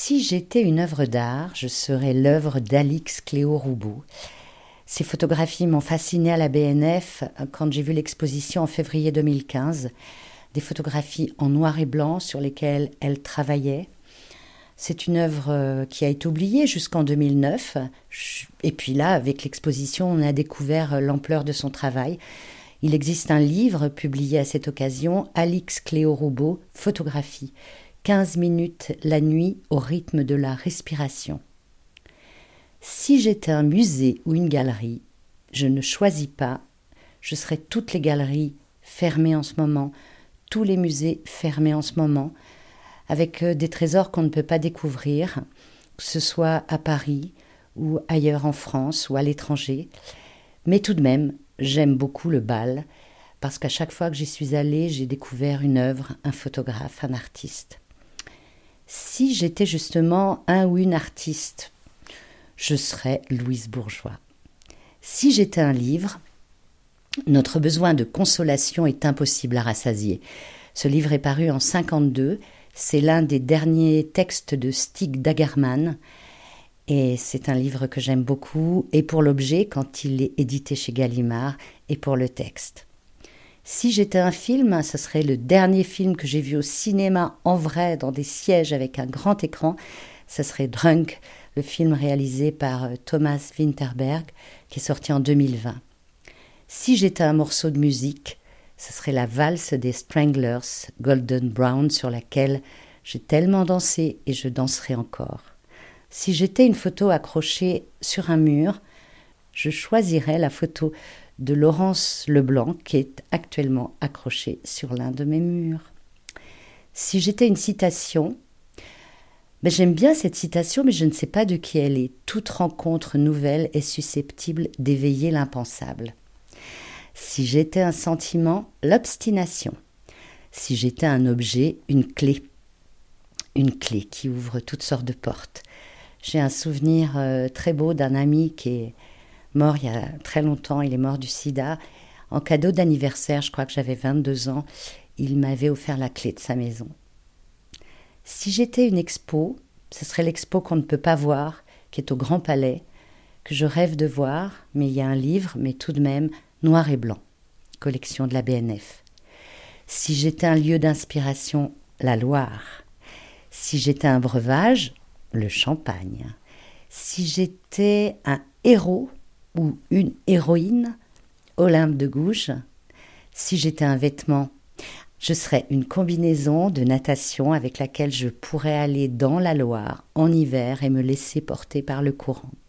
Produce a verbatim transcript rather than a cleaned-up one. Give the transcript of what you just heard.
Si j'étais une œuvre d'art, je serais l'œuvre d'Alix Cléo Roubaud. Ses photographies m'ont fascinée à la B N F quand j'ai vu l'exposition en février deux mille quinze, des photographies en noir et blanc sur lesquelles elle travaillait. C'est une œuvre qui a été oubliée jusqu'en deux mille neuf. Et puis là, avec l'exposition, on a découvert l'ampleur de son travail. Il existe un livre publié à cette occasion, Alix Cléo Roubaud, photographie. quinze minutes la nuit au rythme de la respiration. Si j'étais un musée ou une galerie, je ne choisis pas, je serais toutes les galeries fermées en ce moment, tous les musées fermés en ce moment, avec des trésors qu'on ne peut pas découvrir, que ce soit à Paris ou ailleurs en France ou à l'étranger. Mais tout de même, j'aime beaucoup le bal, parce qu'à chaque fois que j'y suis allée, j'ai découvert une œuvre, un photographe, un artiste. Si j'étais justement un ou une artiste, je serais Louise Bourgeois. Si j'étais un livre, notre besoin de consolation est impossible à rassasier. Ce livre est paru en cinquante-deux, c'est l'un des derniers textes de Stig Dagerman, et c'est un livre que j'aime beaucoup, et pour l'objet, quand il est édité chez Gallimard, et pour le texte. Si j'étais un film, ce serait le dernier film que j'ai vu au cinéma en vrai, dans des sièges avec un grand écran. Ce serait Drunk, le film réalisé par Thomas Vinterberg, qui est sorti en deux mille vingt. Si j'étais un morceau de musique, ce serait la valse des Stranglers, Golden Brown, sur laquelle j'ai tellement dansé et je danserai encore. Si j'étais une photo accrochée sur un mur, je choisirais la photo de Laurence Leblanc, qui est actuellement accrochée sur l'un de mes murs. Si j'étais une citation, ben j'aime bien cette citation, mais je ne sais pas de qui elle est. Toute rencontre nouvelle est susceptible d'éveiller l'impensable. Si j'étais un sentiment, l'obstination. Si j'étais un objet, une clé. Une clé qui ouvre toutes sortes de portes. J'ai un souvenir euh, très beau d'un ami qui est mort il y a très longtemps, il est mort du sida. En cadeau d'anniversaire, je crois que j'avais vingt-deux ans, il m'avait offert la clé de sa maison. Si j'étais une expo, ce serait l'expo qu'on ne peut pas voir, qui est au Grand Palais, que je rêve de voir, mais il y a un livre, mais tout de même noir et blanc, collection de la B N F. Si j'étais un lieu d'inspiration, la Loire. Si j'étais un breuvage, le champagne. Si j'étais un héros, ou une héroïne, Olympe de Gouges. Si j'étais un vêtement, je serais une combinaison de natation avec laquelle je pourrais aller dans la Loire en hiver et me laisser porter par le courant.